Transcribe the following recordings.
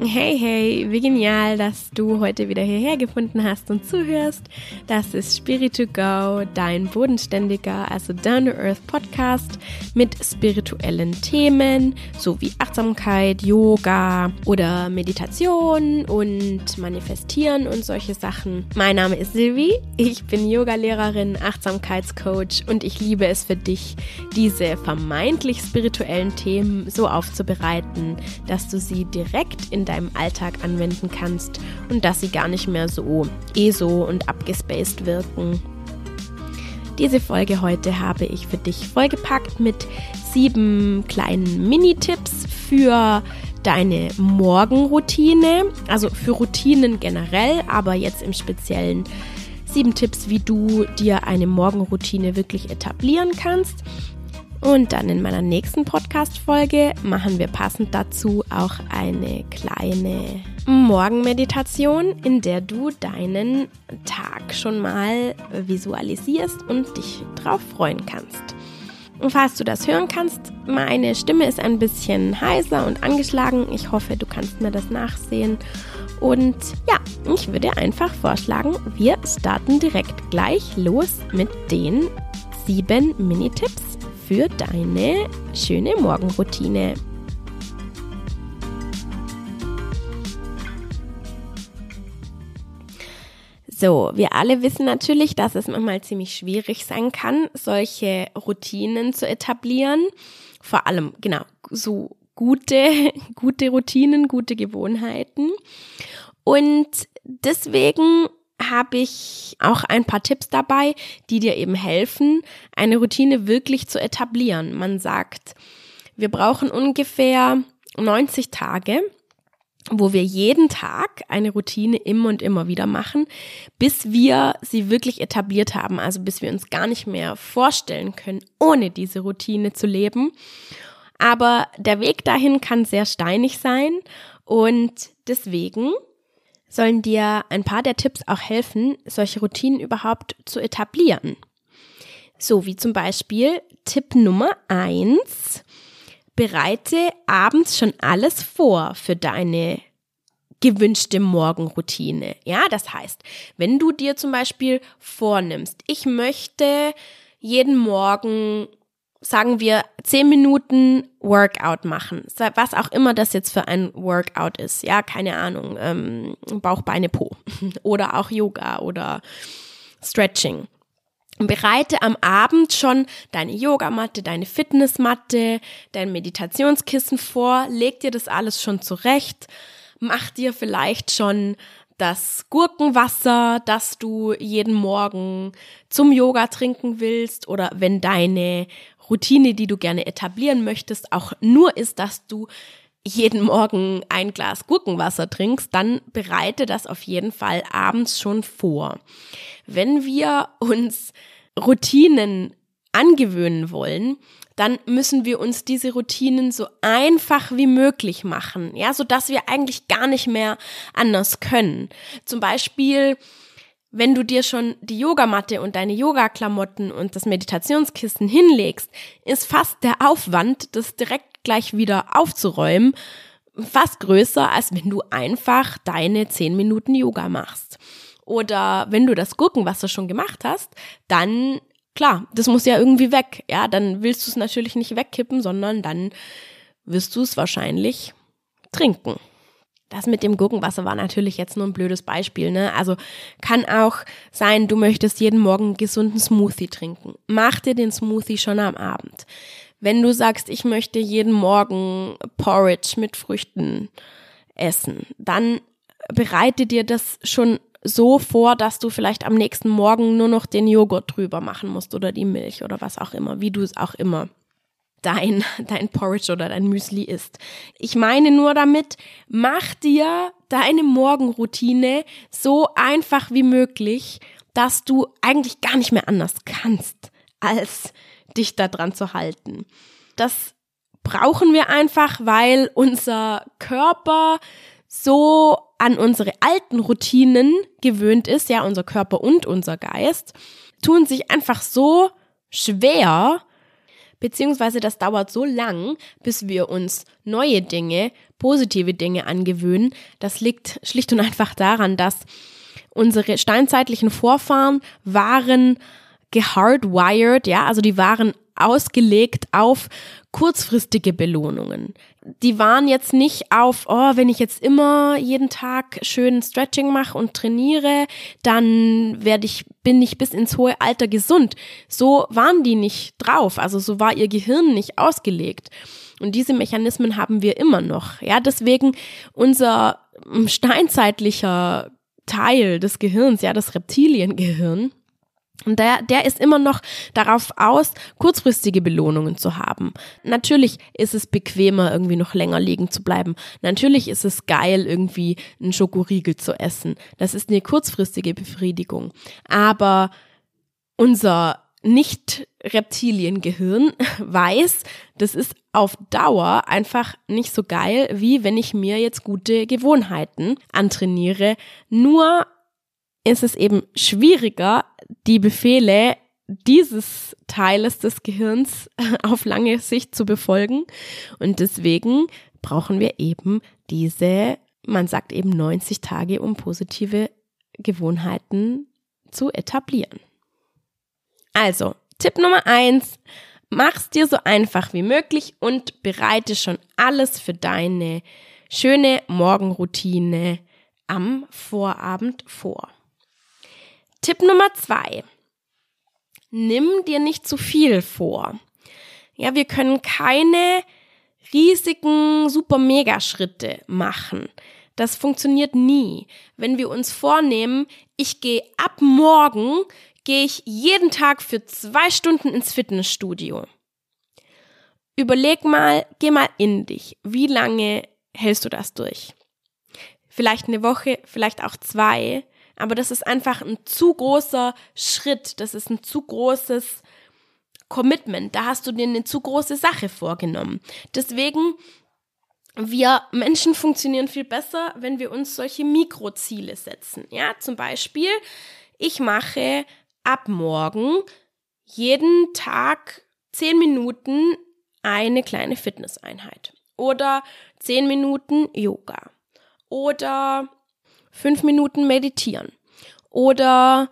Hey, hey, wie genial, dass du heute wieder hierher gefunden hast und zuhörst. Das ist Spirit2Go, dein bodenständiger, also Down-to-Earth Podcast mit spirituellen Themen, sowie Achtsamkeit, Yoga oder Meditation und Manifestieren und solche Sachen. Mein Name ist Silvi, ich bin Yogalehrerin, Achtsamkeitscoach und ich liebe es für dich, diese vermeintlich spirituellen Themen so aufzubereiten, dass du sie direkt in deinem Alltag anwenden kannst und dass sie gar nicht mehr so ESO und abgespaced wirken. Diese Folge heute habe ich für dich vollgepackt mit 7 kleinen Mini-Tipps für deine Morgenroutine, also für Routinen generell, aber jetzt im Speziellen 7 Tipps, wie du dir eine Morgenroutine wirklich etablieren kannst. Und dann in meiner nächsten Podcast-Folge machen wir passend dazu auch eine kleine Morgenmeditation, in der du deinen Tag schon mal visualisierst und dich drauf freuen kannst. Und falls du das hören kannst, meine Stimme ist ein bisschen heiser und angeschlagen. Ich hoffe, du kannst mir das nachsehen. Und ja, ich würde einfach vorschlagen, wir starten direkt gleich los mit den 7 Mini-Tipps für deine schöne Morgenroutine. So, wir alle wissen natürlich, dass es manchmal ziemlich schwierig sein kann, solche Routinen zu etablieren. Vor allem, genau, so gute Routinen, gute Gewohnheiten. Und deswegen habe ich auch ein paar Tipps dabei, die dir eben helfen, eine Routine wirklich zu etablieren. Man sagt, wir brauchen ungefähr 90 Tage, wo wir jeden Tag eine Routine immer und immer wieder machen, bis wir sie wirklich etabliert haben, also bis wir uns gar nicht mehr vorstellen können, ohne diese Routine zu leben. Aber der Weg dahin kann sehr steinig sein und deswegen sollen dir ein paar der Tipps auch helfen, solche Routinen überhaupt zu etablieren. So wie zum Beispiel Tipp Nummer 1, bereite abends schon alles vor für deine gewünschte Morgenroutine. Ja, das heißt, wenn du dir zum Beispiel vornimmst, ich möchte jeden Morgen, sagen wir, 10 Minuten Workout machen, was auch immer das jetzt für ein Workout ist, ja, keine Ahnung, Bauch, Beine, Po oder auch Yoga oder Stretching. Bereite am Abend schon deine Yogamatte, deine Fitnessmatte, dein Meditationskissen vor, leg dir das alles schon zurecht, mach dir vielleicht schon das Gurkenwasser, das du jeden Morgen zum Yoga trinken willst, oder wenn deine Routine, die du gerne etablieren möchtest, auch nur ist, dass du jeden Morgen ein Glas Gurkenwasser trinkst, dann bereite das auf jeden Fall abends schon vor. Wenn wir uns Routinen angewöhnen wollen, dann müssen wir uns diese Routinen so einfach wie möglich machen, ja, so dass wir eigentlich gar nicht mehr anders können. Zum Beispiel, wenn du dir schon die Yogamatte und deine Yogaklamotten und das Meditationskissen hinlegst, ist fast der Aufwand, das direkt gleich wieder aufzuräumen, fast größer, als wenn du einfach deine 10 Minuten Yoga machst. Oder wenn du das Gurkenwasser schon gemacht hast, dann, klar, das muss ja irgendwie weg. Ja, dann willst du es natürlich nicht wegkippen, sondern dann wirst du es wahrscheinlich trinken. Das mit dem Gurkenwasser war natürlich jetzt nur ein blödes Beispiel, ne? Also kann auch sein, du möchtest jeden Morgen einen gesunden Smoothie trinken. Mach dir den Smoothie schon am Abend. Wenn du sagst, ich möchte jeden Morgen Porridge mit Früchten essen, dann bereite dir das schon so vor, dass du vielleicht am nächsten Morgen nur noch den Joghurt drüber machen musst oder die Milch oder was auch immer, wie du es auch immer dein Porridge oder dein Müsli isst. Ich meine nur damit, mach dir deine Morgenroutine so einfach wie möglich, dass du eigentlich gar nicht mehr anders kannst, als dich da dran zu halten. Das brauchen wir einfach, weil unser Körper so an unsere alten Routinen gewöhnt ist, ja, unser Körper und unser Geist, tun sich einfach so schwer, beziehungsweise das dauert so lang, bis wir uns neue Dinge, positive Dinge angewöhnen. Das liegt schlicht und einfach daran, dass unsere steinzeitlichen Vorfahren waren gehardwired, ja, also die waren ausgelegt auf kurzfristige Belohnungen. Die waren jetzt nicht auf, wenn ich jetzt immer jeden Tag schön Stretching mache und trainiere, dann bin ich bis ins hohe Alter gesund. So waren die nicht drauf, also so war ihr Gehirn nicht ausgelegt. Und diese Mechanismen haben wir immer noch. Ja, deswegen unser steinzeitlicher Teil des Gehirns, ja, das Reptiliengehirn, und der ist immer noch darauf aus, kurzfristige Belohnungen zu haben. Natürlich ist es bequemer, irgendwie noch länger liegen zu bleiben. Natürlich ist es geil, irgendwie einen Schokoriegel zu essen. Das ist eine kurzfristige Befriedigung. Aber unser Nicht-Reptiliengehirn weiß, das ist auf Dauer einfach nicht so geil, wie wenn ich mir jetzt gute Gewohnheiten antrainiere. Nur ist es eben schwieriger, die Befehle dieses Teiles des Gehirns auf lange Sicht zu befolgen. Und deswegen brauchen wir eben man sagt eben 90 Tage, um positive Gewohnheiten zu etablieren. Also, Tipp Nummer 1, mach's dir so einfach wie möglich und bereite schon alles für deine schöne Morgenroutine am Vorabend vor. Tipp Nummer 2, nimm dir nicht zu viel vor. Ja, wir können keine riesigen Super-Mega-Schritte machen. Das funktioniert nie. Wenn wir uns vornehmen, ab morgen gehe ich jeden Tag für 2 Stunden ins Fitnessstudio. Überleg mal, geh mal in dich. Wie lange hältst du das durch? Vielleicht eine Woche, vielleicht auch 2. Aber das ist einfach ein zu großer Schritt, das ist ein zu großes Commitment, da hast du dir eine zu große Sache vorgenommen. Deswegen, wir Menschen funktionieren viel besser, wenn wir uns solche Mikroziele setzen. Ja, zum Beispiel, ich mache ab morgen jeden Tag 10 Minuten eine kleine Fitnesseinheit oder 10 Minuten Yoga oder 5 Minuten meditieren oder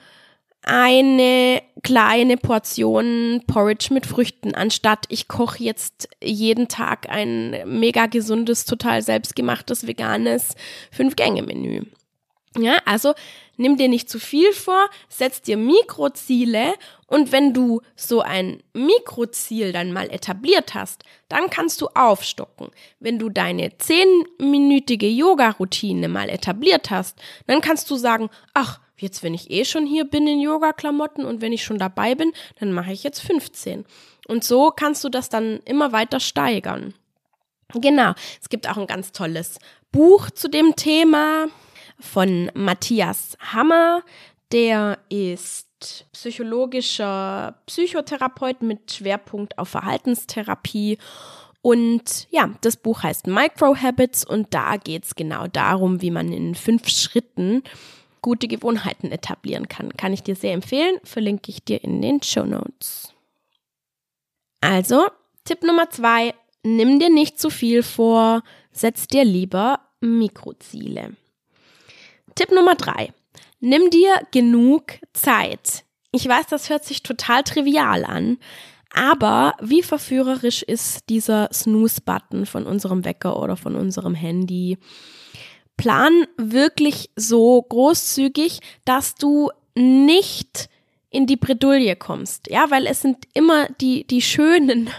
eine kleine Portion Porridge mit Früchten, anstatt ich koche jetzt jeden Tag ein mega gesundes, total selbstgemachtes, veganes 5-Gänge-Menü. Ja, also nimm dir nicht zu viel vor, setz dir Mikroziele und wenn du so ein Mikroziel dann mal etabliert hast, dann kannst du aufstocken. Wenn du deine 10-minütige Yoga-Routine mal etabliert hast, dann kannst du sagen, ach, jetzt wenn ich schon hier bin in Yoga-Klamotten und wenn ich schon dabei bin, dann mache ich jetzt 15. Und so kannst du das dann immer weiter steigern. Genau, es gibt auch ein ganz tolles Buch zu dem Thema von Matthias Hammer, der ist psychologischer Psychotherapeut mit Schwerpunkt auf Verhaltenstherapie und ja, das Buch heißt Microhabits und da geht's genau darum, wie man in 5 Schritten gute Gewohnheiten etablieren kann. Kann ich dir sehr empfehlen, verlinke ich dir in den Shownotes. Also, Tipp Nummer 2, nimm dir nicht zu viel vor, setz dir lieber Mikroziele. Tipp Nummer 3, nimm dir genug Zeit. Ich weiß, das hört sich total trivial an, aber wie verführerisch ist dieser Snooze-Button von unserem Wecker oder von unserem Handy? Plan wirklich so großzügig, dass du nicht in die Bredouille kommst, ja, weil es sind immer die schönen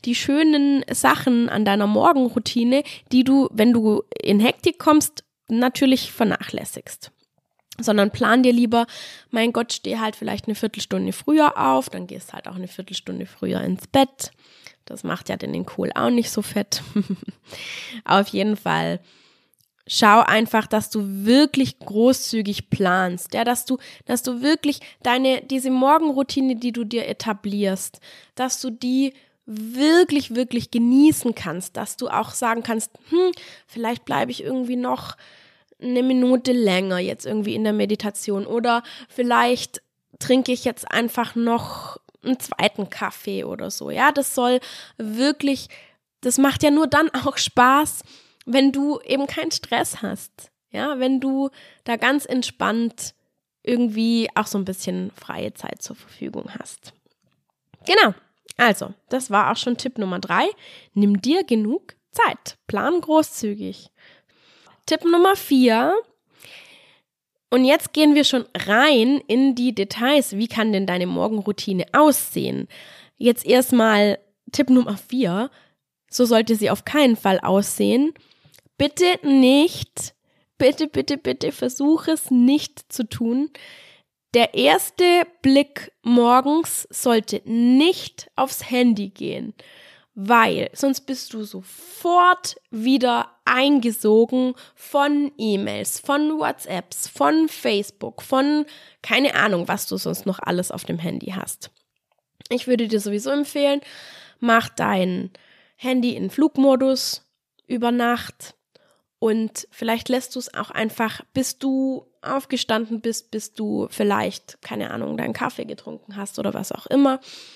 Sachen an deiner Morgenroutine, die du, wenn du in Hektik kommst, natürlich vernachlässigst. Sondern plan dir lieber, mein Gott, steh halt vielleicht eine Viertelstunde früher auf, dann gehst halt auch eine Viertelstunde früher ins Bett. Das macht ja den Kohl auch nicht so fett. Auf jeden Fall schau einfach, dass du wirklich großzügig planst, ja, dass du wirklich diese Morgenroutine, die du dir etablierst, dass du die wirklich, wirklich genießen kannst, dass du auch sagen kannst, vielleicht bleibe ich irgendwie noch eine Minute länger jetzt irgendwie in der Meditation oder vielleicht trinke ich jetzt einfach noch einen zweiten Kaffee oder so. Ja, das macht ja nur dann auch Spaß, wenn du eben keinen Stress hast. Ja, wenn du da ganz entspannt irgendwie auch so ein bisschen freie Zeit zur Verfügung hast. Genau, also, das war auch schon Tipp Nummer 3. Nimm dir genug Zeit. Plan großzügig. Tipp Nummer 4. Und jetzt gehen wir schon rein in die Details. Wie kann denn deine Morgenroutine aussehen? Jetzt erstmal Tipp Nummer 4. So sollte sie auf keinen Fall aussehen. Bitte versuch es nicht zu tun. Der erste Blick morgens sollte nicht aufs Handy gehen, weil sonst bist du sofort wieder eingesogen von E-Mails, von WhatsApps, von Facebook, von keine Ahnung, was du sonst noch alles auf dem Handy hast. Ich würde dir sowieso empfehlen, mach dein Handy in Flugmodus über Nacht und vielleicht lässt du es auch einfach, bis du aufgestanden bist, bis du vielleicht, keine Ahnung, deinen Kaffee getrunken hast oder was auch immer.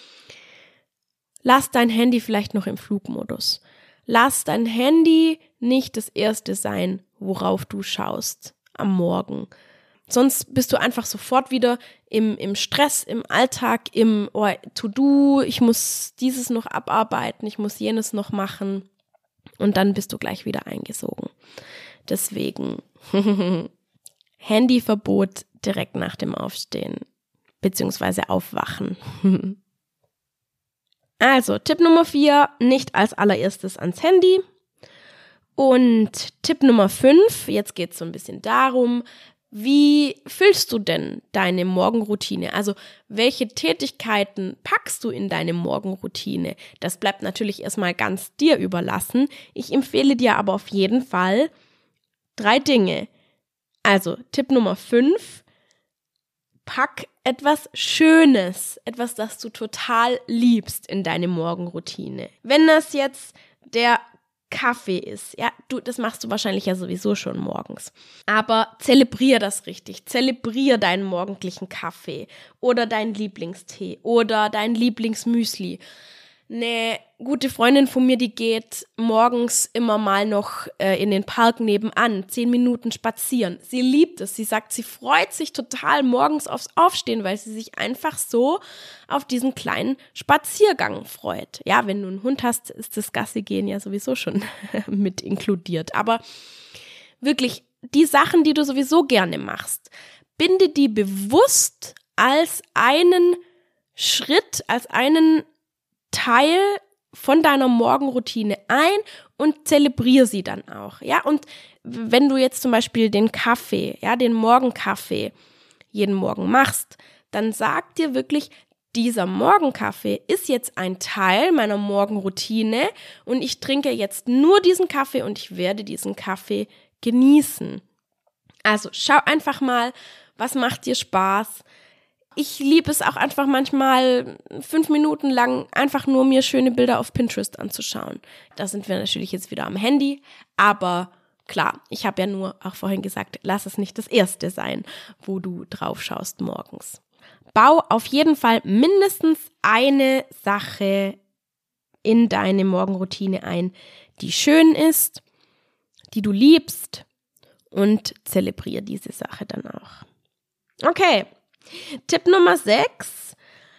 Lass dein Handy vielleicht noch im Flugmodus. Lass dein Handy nicht das Erste sein, worauf du schaust am Morgen. Sonst bist du einfach sofort wieder im Stress, im Alltag, im To-Do, ich muss dieses noch abarbeiten, ich muss jenes noch machen und dann bist du gleich wieder eingesogen. Deswegen Handyverbot direkt nach dem Aufstehen beziehungsweise Aufwachen. Also, Tipp Nummer 4, nicht als allererstes ans Handy. Und Tipp Nummer 5, jetzt geht es so ein bisschen darum, wie füllst du denn deine Morgenroutine? Also, welche Tätigkeiten packst du in deine Morgenroutine? Das bleibt natürlich erstmal ganz dir überlassen. Ich empfehle dir aber auf jeden Fall 3 Dinge. Also, Tipp Nummer 5, pack etwas Schönes, etwas, das du total liebst in deine Morgenroutine. Wenn das jetzt der Kaffee ist, ja, das machst du wahrscheinlich ja sowieso schon morgens. Aber zelebrier das richtig. Zelebrier deinen morgendlichen Kaffee oder deinen Lieblingstee oder dein Lieblingsmüsli. Eine gute Freundin von mir, die geht morgens immer mal noch in den Park nebenan, 10 Minuten spazieren. Sie liebt es. Sie sagt, sie freut sich total morgens aufs Aufstehen, weil sie sich einfach so auf diesen kleinen Spaziergang freut. Ja, wenn du einen Hund hast, ist das Gassi-Gehen ja sowieso schon mit inkludiert. Aber wirklich, die Sachen, die du sowieso gerne machst, binde die bewusst als einen Schritt, als einen Teil von deiner Morgenroutine ein und zelebriere sie dann auch, ja, und wenn du jetzt zum Beispiel den Kaffee, ja, den Morgenkaffee jeden Morgen machst, dann sag dir wirklich, dieser Morgenkaffee ist jetzt ein Teil meiner Morgenroutine und ich trinke jetzt nur diesen Kaffee und ich werde diesen Kaffee genießen. Also schau einfach mal, was macht dir Spaß. Ich liebe es auch einfach manchmal 5 Minuten lang einfach nur mir schöne Bilder auf Pinterest anzuschauen. Da sind wir natürlich jetzt wieder am Handy, aber klar, ich habe ja nur auch vorhin gesagt, lass es nicht das Erste sein, wo du drauf schaust morgens. Bau auf jeden Fall mindestens eine Sache in deine Morgenroutine ein, die schön ist, die du liebst und zelebriere diese Sache dann auch. Okay. Tipp Nummer 6,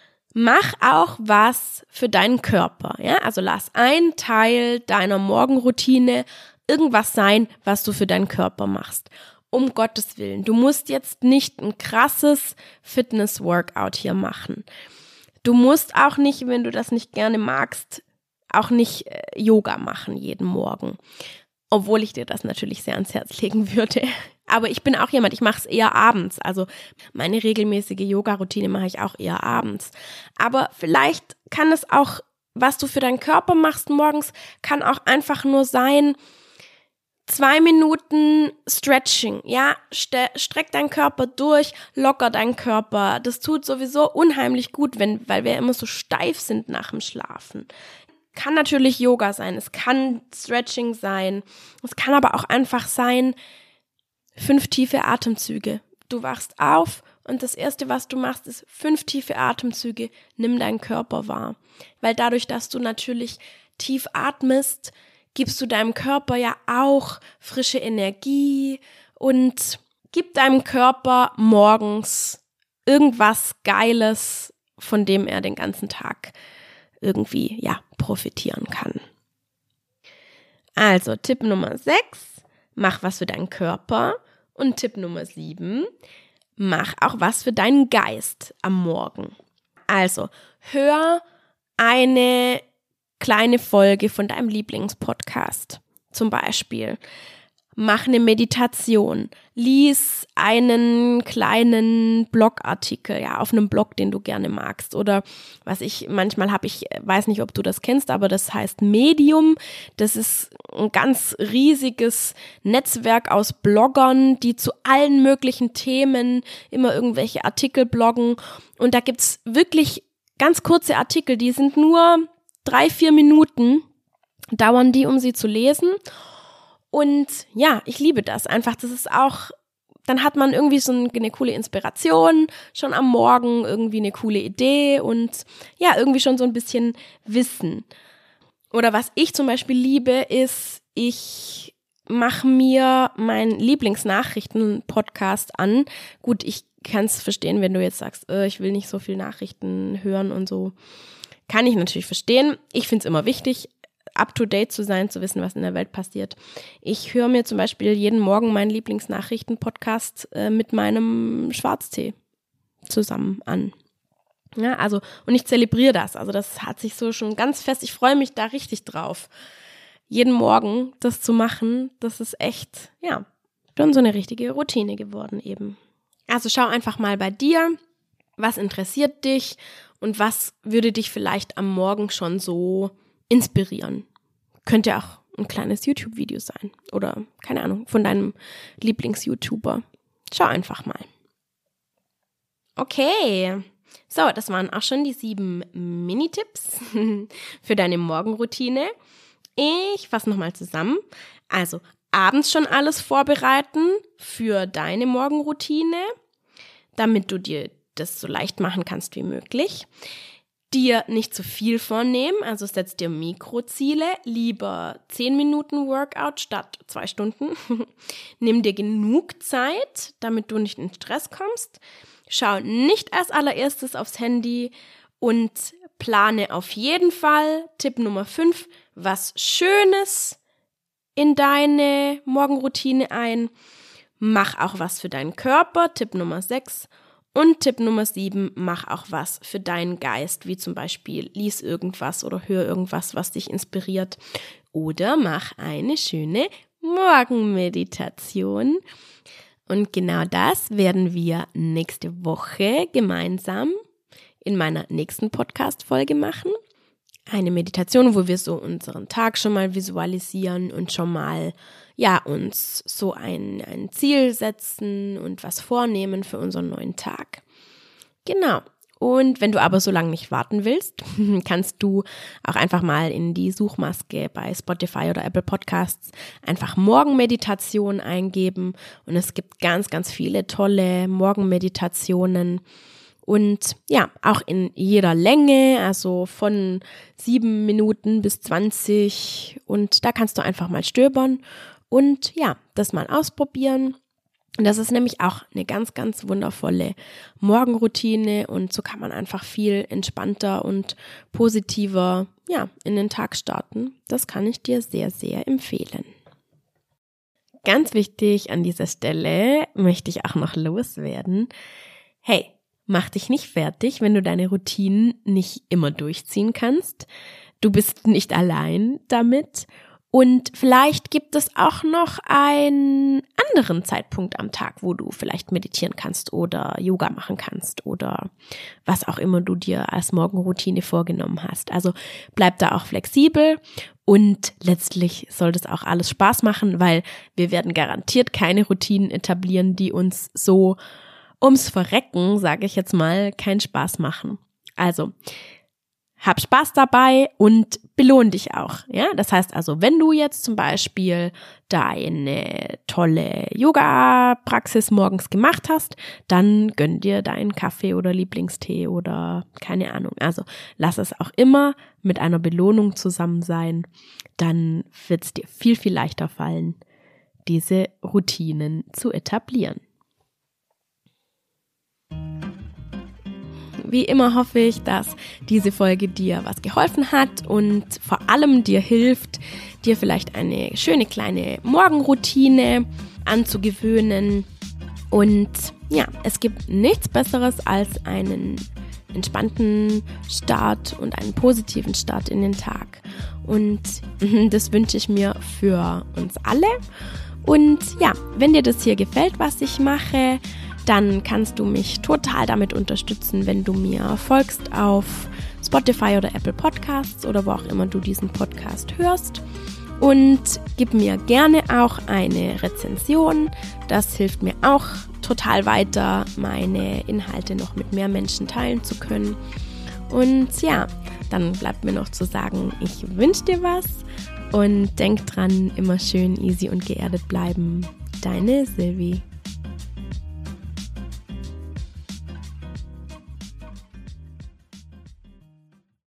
mach auch was für deinen Körper. Ja? Also lass ein Teil deiner Morgenroutine irgendwas sein, was du für deinen Körper machst. Um Gottes Willen, du musst jetzt nicht ein krasses Fitness-Workout hier machen. Du musst auch nicht, wenn du das nicht gerne magst, auch nicht Yoga machen jeden Morgen. Obwohl ich dir das natürlich sehr ans Herz legen würde. Aber ich bin auch jemand, ich mache es eher abends. Also meine regelmäßige Yoga-Routine mache ich auch eher abends. Aber vielleicht kann es auch, was du für deinen Körper machst morgens, kann auch einfach nur sein, 2 Minuten Stretching. Ja, streck deinen Körper durch, locker deinen Körper. Das tut sowieso unheimlich gut, weil wir immer so steif sind nach dem Schlafen. Kann natürlich Yoga sein, es kann Stretching sein, es kann aber auch einfach sein, 5 tiefe Atemzüge. Du wachst auf Und das Erste, was du machst, ist 5 tiefe Atemzüge. Nimm deinen Körper wahr. Weil dadurch, dass du natürlich tief atmest, gibst du deinem Körper ja auch frische Energie und gib deinem Körper morgens irgendwas Geiles, von dem er den ganzen Tag irgendwie, profitieren kann. Also Tipp Nummer 6, mach was für deinen Körper. Und Tipp Nummer 7, mach auch was für deinen Geist am Morgen. Also, hör eine kleine Folge von deinem Lieblingspodcast zum Beispiel. Mach eine Meditation, lies einen kleinen Blogartikel, auf einem Blog, den du gerne magst. Oder manchmal weiß nicht, ob du das kennst, aber das heißt Medium. Das ist ein ganz riesiges Netzwerk aus Bloggern, die zu allen möglichen Themen immer irgendwelche Artikel bloggen. Und da gibt's wirklich ganz kurze Artikel, die sind nur 3-4 Minuten, dauern die, um sie zu lesen. Und ich liebe das einfach. Das ist auch, dann hat man irgendwie so eine coole Inspiration schon am Morgen, irgendwie eine coole Idee und irgendwie schon so ein bisschen Wissen. Oder was ich zum Beispiel liebe, ist, ich mache mir meinen Lieblingsnachrichten-Podcast an. Gut, ich kann es verstehen, wenn du jetzt sagst, ich will nicht so viel Nachrichten hören und so. Kann ich natürlich verstehen. Ich finde es immer wichtig, up-to-date zu sein, zu wissen, was in der Welt passiert. Ich höre mir zum Beispiel jeden Morgen meinen Lieblingsnachrichten-Podcast mit meinem Schwarztee zusammen an. Ja, also, und ich zelebriere das. Also das hat sich so schon ganz fest, ich freue mich da richtig drauf. Jeden Morgen das zu machen, das ist echt, schon so eine richtige Routine geworden eben. Also schau einfach mal bei dir, was interessiert dich und was würde dich vielleicht am Morgen schon so inspirieren. Könnte ja auch ein kleines YouTube-Video sein oder, keine Ahnung, von deinem Lieblings-YouTuber. Schau einfach mal. Okay, so, das waren auch schon die 7 Mini-Tipps für deine Morgenroutine. Ich fasse nochmal zusammen. Also, abends schon alles vorbereiten für deine Morgenroutine, damit du dir das so leicht machen kannst wie möglich. Dir nicht zu viel vornehmen, also setz dir Mikroziele, lieber 10 Minuten Workout statt 2 Stunden. Nimm dir genug Zeit, damit du nicht in Stress kommst. Schau nicht als allererstes aufs Handy und plane auf jeden Fall, Tipp Nummer 5, was Schönes in deine Morgenroutine ein. Mach auch was für deinen Körper, Tipp Nummer 6. Und Tipp Nummer 7, mach auch was für deinen Geist, wie zum Beispiel lies irgendwas oder hör irgendwas, was dich inspiriert. Oder mach eine schöne Morgenmeditation. Und genau das werden wir nächste Woche gemeinsam in meiner nächsten Podcast-Folge machen. Eine Meditation, wo wir so unseren Tag schon mal visualisieren und schon mal uns so ein Ziel setzen und was vornehmen für unseren neuen Tag. Genau. Und wenn du aber so lange nicht warten willst, kannst du auch einfach mal in die Suchmaske bei Spotify oder Apple Podcasts einfach Morgenmeditation eingeben. Und es gibt ganz, ganz viele tolle Morgenmeditationen. Und auch in jeder Länge, also von 7 Minuten bis 20. Und da kannst du einfach mal stöbern und das mal ausprobieren. Und das ist nämlich auch eine ganz, ganz wundervolle Morgenroutine. Und so kann man einfach viel entspannter und positiver in den Tag starten. Das kann ich dir sehr, sehr empfehlen. Ganz wichtig an dieser Stelle möchte ich auch noch loswerden. Hey, mach dich nicht fertig, wenn du deine Routinen nicht immer durchziehen kannst. Du bist nicht allein damit. Und vielleicht gibt es auch noch einen anderen Zeitpunkt am Tag, wo du vielleicht meditieren kannst oder Yoga machen kannst oder was auch immer du dir als Morgenroutine vorgenommen hast. Also bleib da auch flexibel und letztlich soll das auch alles Spaß machen, weil wir werden garantiert keine Routinen etablieren, die uns so ums Verrecken, sage ich jetzt mal, keinen Spaß machen. Also hab Spaß dabei und belohn dich auch. Ja, das heißt also, wenn du jetzt zum Beispiel deine tolle Yoga-Praxis morgens gemacht hast, dann gönn dir deinen Kaffee oder Lieblingstee oder keine Ahnung. Also lass es auch immer mit einer Belohnung zusammen sein. Dann wird es dir viel, viel leichter fallen, diese Routinen zu etablieren. Wie immer hoffe ich, dass diese Folge dir was geholfen hat und vor allem dir hilft, dir vielleicht eine schöne kleine Morgenroutine anzugewöhnen. Und ja, es gibt nichts Besseres als einen entspannten Start und einen positiven Start in den Tag. Und das wünsche ich mir für uns alle. Und ja, wenn dir das hier gefällt, was ich mache, dann kannst du mich total damit unterstützen, wenn du mir folgst auf Spotify oder Apple Podcasts oder wo auch immer du diesen Podcast hörst. Und gib mir gerne auch eine Rezension. Das hilft mir auch total weiter, meine Inhalte noch mit mehr Menschen teilen zu können. Und ja, dann bleibt mir noch zu sagen, ich wünsche dir was und denk dran, immer schön easy und geerdet bleiben. Deine Silvi.